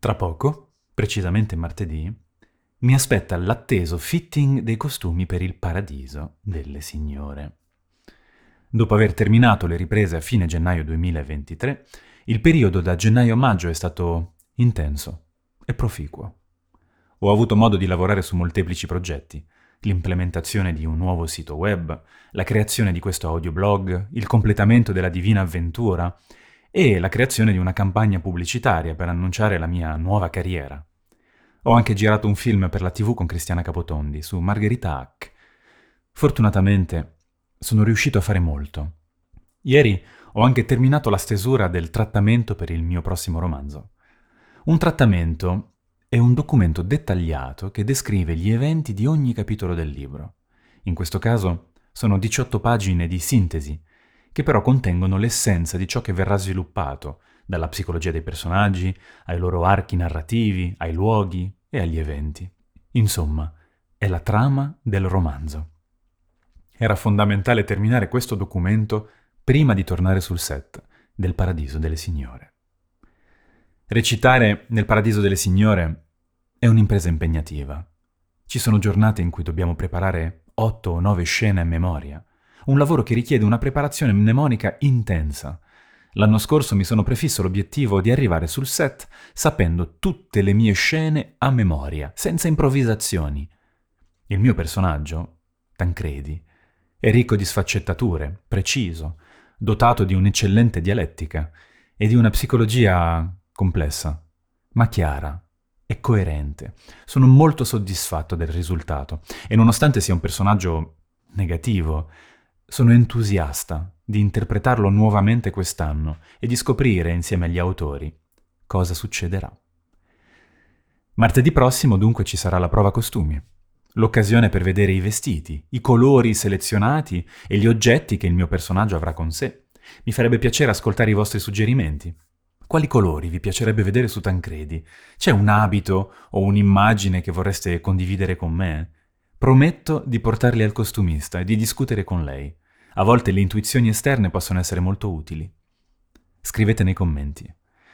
Tra poco, precisamente martedì, mi aspetta l'atteso fitting dei costumi per il Paradiso delle Signore. Dopo aver terminato le riprese a fine gennaio 2023, il periodo da gennaio a maggio è stato intenso e proficuo. Ho avuto modo di lavorare su molteplici progetti: l'implementazione di un nuovo sito web, la creazione di questo audioblog, il completamento della Divina Avventura e la creazione di una campagna pubblicitaria per annunciare la mia nuova carriera. Ho anche girato un film per la TV con Cristiana Capotondi su Margherita Hack. Fortunatamente sono riuscito a fare molto. Ieri ho anche terminato la stesura del trattamento per il mio prossimo romanzo. Un trattamento è un documento dettagliato che descrive gli eventi di ogni capitolo del libro. In questo caso sono 18 pagine di sintesi, che però contengono l'essenza di ciò che verrà sviluppato, dalla psicologia dei personaggi, ai loro archi narrativi, ai luoghi e agli eventi. Insomma, è la trama del romanzo. Era fondamentale terminare questo documento prima di tornare sul set del Paradiso delle Signore. Recitare nel Paradiso delle Signore è un'impresa impegnativa. Ci sono giornate in cui dobbiamo preparare 8 o 9 scene a memoria, un lavoro che richiede una preparazione mnemonica intensa. L'anno scorso mi sono prefisso l'obiettivo di arrivare sul set sapendo tutte le mie scene a memoria, senza improvvisazioni. Il mio personaggio, Tancredi, è ricco di sfaccettature, preciso, dotato di un'eccellente dialettica e di una psicologia complessa, ma chiara e coerente. Sono molto soddisfatto del risultato e nonostante sia un personaggio negativo, sono entusiasta di interpretarlo nuovamente quest'anno e di scoprire insieme agli autori cosa succederà. Martedì prossimo dunque ci sarà la prova costumi, l'occasione per vedere i vestiti, i colori selezionati e gli oggetti che il mio personaggio avrà con sé. Mi farebbe piacere ascoltare i vostri suggerimenti. Quali colori vi piacerebbe vedere su Tancredi? C'è un abito o un'immagine che vorreste condividere con me? Prometto di portarli al costumista e di discutere con lei. A volte le intuizioni esterne possono essere molto utili. Scrivete nei commenti.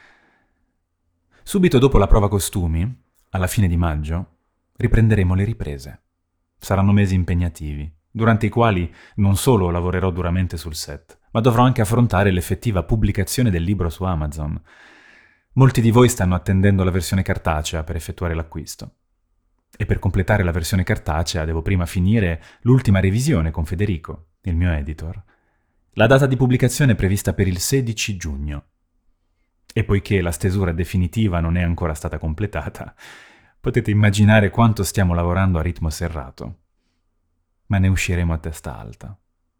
Subito dopo la prova costumi, alla fine di maggio, riprenderemo le riprese. Saranno mesi impegnativi, durante i quali non solo lavorerò duramente sul set, ma dovrò anche affrontare l'effettiva pubblicazione del libro su Amazon. Molti di voi stanno attendendo la versione cartacea per effettuare l'acquisto. E per completare la versione cartacea devo prima finire l'ultima revisione con Federico, il mio editor. La data di pubblicazione è prevista per il 16 giugno. E poiché la stesura definitiva non è ancora stata completata, potete immaginare quanto stiamo lavorando a ritmo serrato. Ma ne usciremo a testa alta.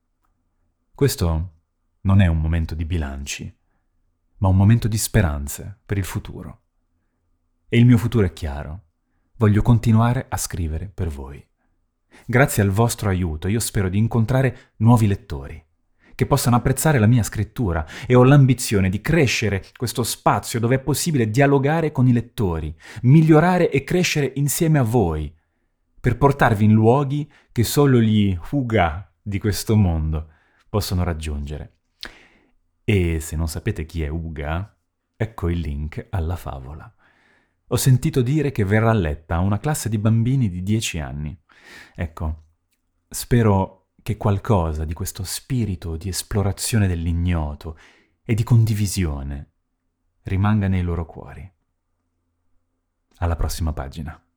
Questo non è un momento di bilanci, ma un momento di speranze per il futuro. E il mio futuro è chiaro. Voglio continuare a scrivere per voi. Grazie al vostro aiuto io spero di incontrare nuovi lettori, che possano apprezzare la mia scrittura, e ho l'ambizione di crescere questo spazio dove è possibile dialogare con i lettori, migliorare e crescere insieme a voi, per portarvi in luoghi che solo gli Uga di questo mondo possono raggiungere. E se non sapete chi è Uga, ecco il link alla favola. Ho sentito dire che verrà letta a una classe di bambini di 10 anni. Ecco, spero che qualcosa di questo spirito di esplorazione dell'ignoto e di condivisione rimanga nei loro cuori. Alla prossima pagina.